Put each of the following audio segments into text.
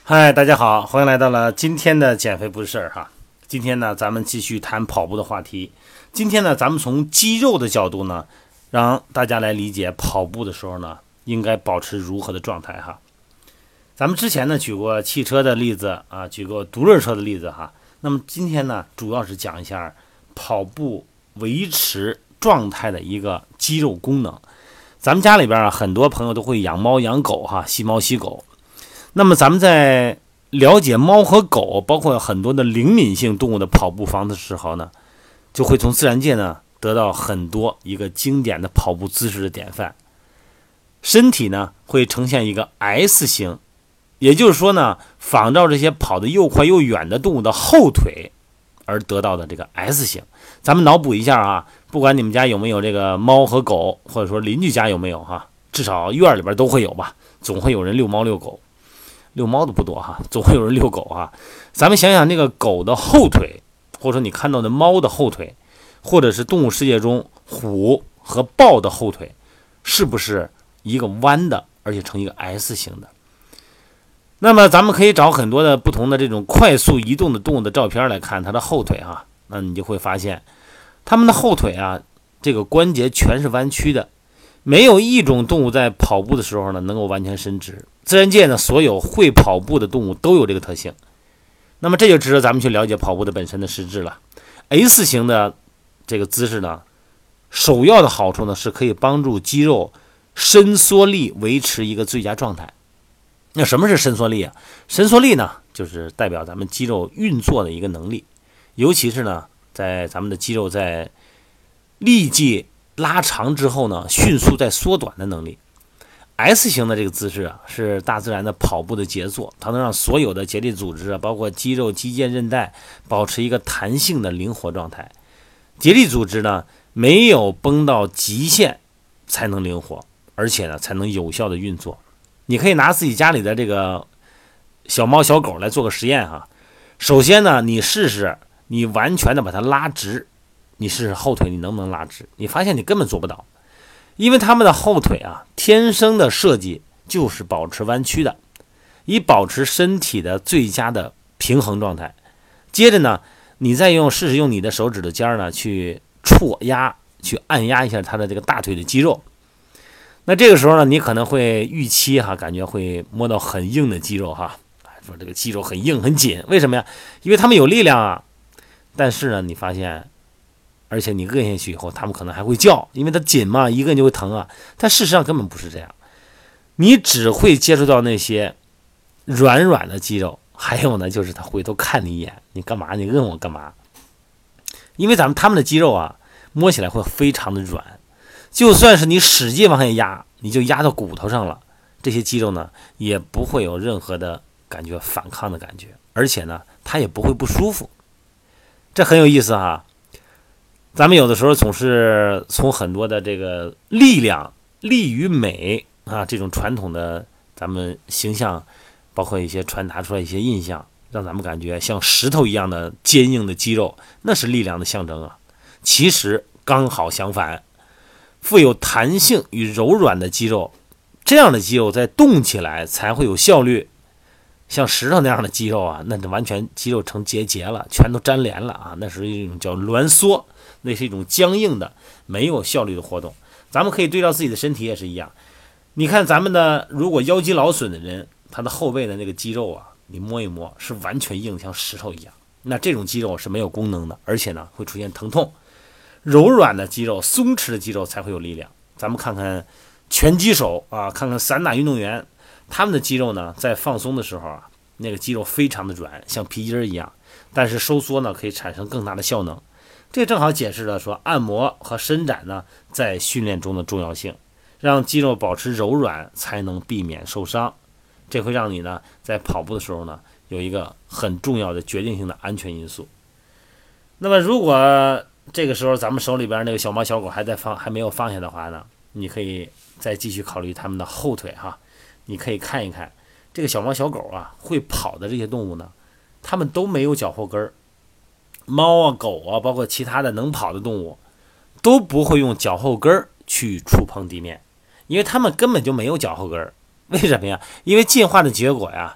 嗨，大家好，欢迎来到了今天的减肥不是事儿哈。今天呢，咱们继续谈跑步的话题。今天呢，咱们从肌肉的角度呢，让大家来理解跑步的时候呢，应该保持如何的状态哈。咱们之前呢举过汽车的例子啊，举过独轮车的例子哈。那么今天呢，主要是讲一下跑步维持状态的一个肌肉功能。咱们家里边啊，很多朋友都会养猫养狗哈，吸猫吸狗。那么咱们在了解猫和狗，包括很多的灵敏性动物的跑步方式的时候呢，就会从自然界呢得到很多一个经典的跑步姿势的典范。身体呢会呈现一个 S 型，也就是说呢，仿照这些跑得又快又远的动物的后腿而得到的这个 S 型。咱们脑补一下啊，不管你们家有没有这个猫和狗，或者说邻居家有没有哈，至少院里边都会有吧，总会有人遛猫遛狗。遛猫的不多哈，总会有人遛狗哈。咱们想想那个狗的后腿，或者说你看到的猫的后腿，或者是动物世界中虎和豹的后腿，是不是一个弯的，而且呈一个 S 型的？那么咱们可以找很多的不同的这种快速移动的动物的照片来看它的后腿哈，那你就会发现它们的后腿啊，这个关节全是弯曲的，没有一种动物在跑步的时候呢能够完全伸直。自然界呢，所有会跑步的动物都有这个特性。那么这就值得咱们去了解跑步的本身的实质了。S 型的这个姿势呢，首要的好处呢是可以帮助肌肉伸缩力维持一个最佳状态。那什么是伸缩力啊？伸缩力呢，就是代表咱们肌肉运作的一个能力，尤其是呢，在咱们的肌肉在力计拉长之后呢，迅速在缩短的能力。S 型的这个姿势啊，是大自然的跑步的杰作，它能让所有的结缔组织啊，包括肌肉、肌腱、韧带，保持一个弹性的灵活状态。结缔组织呢，没有绷到极限才能灵活，而且呢，才能有效的运作。你可以拿自己家里的这个小猫小狗来做个实验哈。首先呢，你试试，你完全的把它拉直，你试试后腿你能不能拉直？你发现你根本做不到。因为他们的后腿啊，天生的设计就是保持弯曲的，以保持身体的最佳的平衡状态。接着呢，你再试试用你的手指头尖呢去戳压，去按压一下它的这个大腿的肌肉。那这个时候呢，你可能会预期哈，感觉会摸到很硬的肌肉哈，说这个肌肉很硬很紧，为什么呀？因为他们有力量啊。但是呢，你发现。而且你摁下去以后，他们可能还会叫，因为它紧嘛，一摁就会疼啊。但事实上根本不是这样，你只会接触到那些软软的肌肉，还有呢，就是他回头看你一眼，你干嘛？你摁我干嘛？因为他们的肌肉啊，摸起来会非常的软，就算是你使劲往下压，你就压到骨头上了，这些肌肉呢也不会有任何的感觉反抗的感觉，而且呢，它也不会不舒服。这很有意思哈。咱们有的时候总是从很多的这个力量、力与美啊这种传统的咱们形象，包括一些传达出来一些印象，让咱们感觉像石头一样的坚硬的肌肉，那是力量的象征啊。其实刚好相反，富有弹性与柔软的肌肉，这样的肌肉在动起来才会有效率。像石头那样的肌肉啊，那就完全肌肉成结了，全都粘连了啊，那是一种叫挛缩。那是一种僵硬的没有效率的活动。咱们可以对照自己的身体也是一样，你看咱们的如果腰肌劳损的人，他的后背的那个肌肉啊，你摸一摸是完全硬像石头一样，那这种肌肉是没有功能的，而且呢会出现疼痛。柔软的肌肉、松弛的肌肉才会有力量。咱们看看拳击手啊，看看散打运动员，他们的肌肉呢在放松的时候啊，那个肌肉非常的软，像皮筋一样，但是收缩呢可以产生更大的效能。这正好解释了说按摩和伸展呢在训练中的重要性，让肌肉保持柔软才能避免受伤。这会让你呢在跑步的时候呢有一个很重要的决定性的安全因素。那么如果这个时候咱们手里边那个小猫小狗还没有放下的话呢，你可以再继续考虑它们的后腿哈。你可以看一看这个小猫小狗啊，会跑的这些动物呢，它们都没有脚后跟儿。猫啊、狗啊，包括其他的能跑的动物，都不会用脚后跟去触碰地面，因为它们根本就没有脚后跟。为什么呀？因为进化的结果呀，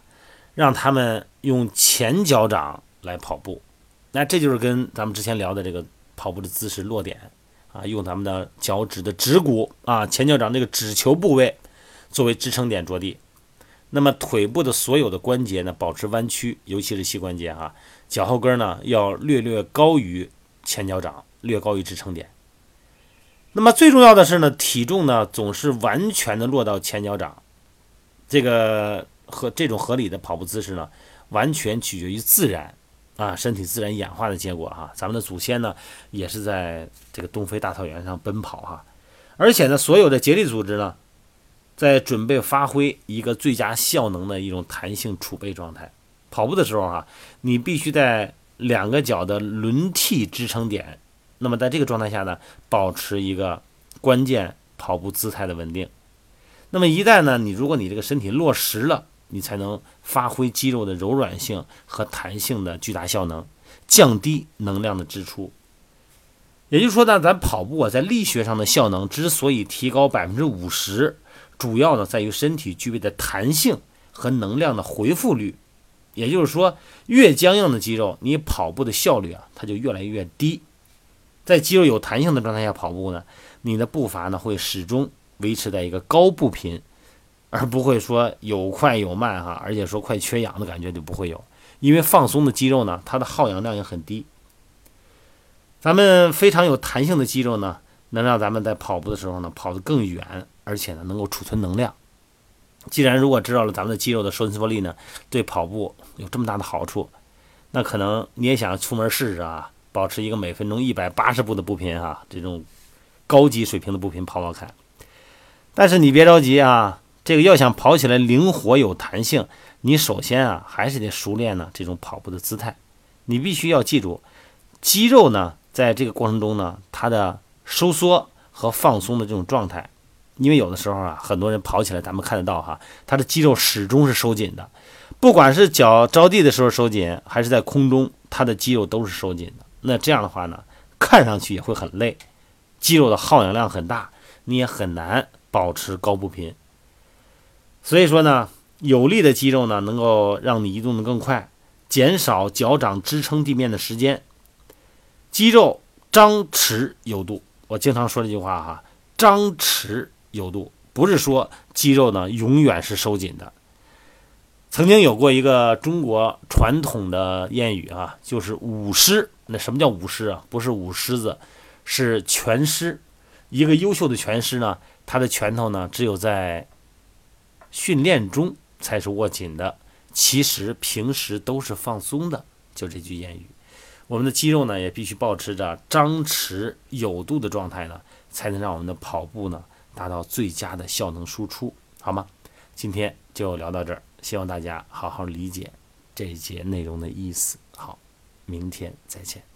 让他们用前脚掌来跑步。那这就是跟咱们之前聊的这个跑步的姿势落点啊，用咱们的脚趾的指骨啊，前脚掌这个指球部位作为支撑点着地。那么腿部的所有的关节呢，保持弯曲，尤其是膝关节哈，脚后跟呢要略高于前脚掌，略高于支撑点。那么最重要的是呢，体重呢总是完全的落到前脚掌。这个和这种合理的跑步姿势呢，完全取决于自然啊，身体自然演化的结果哈。咱们的祖先呢，也是在这个东非大草原上奔跑哈，而且呢，所有的结缔组织呢，在准备发挥一个最佳效能的一种弹性储备状态。跑步的时候啊，你必须在两个脚的轮替支撑点，那么在这个状态下呢，保持一个关键跑步姿态的稳定。那么一旦呢，如果你这个身体落实了，你才能发挥肌肉的柔软性和弹性的巨大效能，降低能量的支出。也就是说呢，咱跑步啊，在力学上的效能之所以提高50%，主要呢在于身体具备的弹性和能量的回复率。也就是说，越僵硬的肌肉，你跑步的效率啊，它就越来越低。在肌肉有弹性的状态下跑步呢，你的步伐呢会始终维持在一个高步频，而不会说有快有慢哈，而且说快缺氧的感觉就不会有。因为放松的肌肉呢，它的耗氧量也很低。咱们非常有弹性的肌肉呢，能让咱们在跑步的时候呢跑得更远，而且呢能够储存能量。既然如果知道了咱们的肌肉的收紧缩力呢，对跑步有这么大的好处，那可能你也想出门试试啊，保持一个每分钟180步的步频啊，这种高级水平的步频跑跑看。但是你别着急啊，这个要想跑起来灵活有弹性，你首先啊还是得熟练呢这种跑步的姿态。你必须要记住，肌肉呢在这个过程中呢，它的收缩和放松的这种状态。因为有的时候啊，很多人跑起来咱们看得到哈，他的肌肉始终是收紧的，不管是脚着地的时候收紧，还是在空中，他的肌肉都是收紧的。那这样的话呢，看上去也会很累，肌肉的耗氧量很大，你也很难保持高步频。所以说呢，有力的肌肉呢，能够让你移动得更快，减少脚掌支撑地面的时间。肌肉张弛有度，我经常说这句话哈，张弛有度，不是说肌肉呢永远是收紧的。曾经有过一个中国传统的谚语啊，就是舞狮。那什么叫舞狮啊？不是舞狮子，是拳狮。一个优秀的拳狮呢，他的拳头呢只有在训练中才是握紧的，其实平时都是放松的。就这句谚语，我们的肌肉呢也必须保持着张弛有度的状态呢，才能让我们的跑步呢达到最佳的效能输出，好吗？今天就聊到这儿，希望大家好好理解这一节内容的意思。好，明天再见。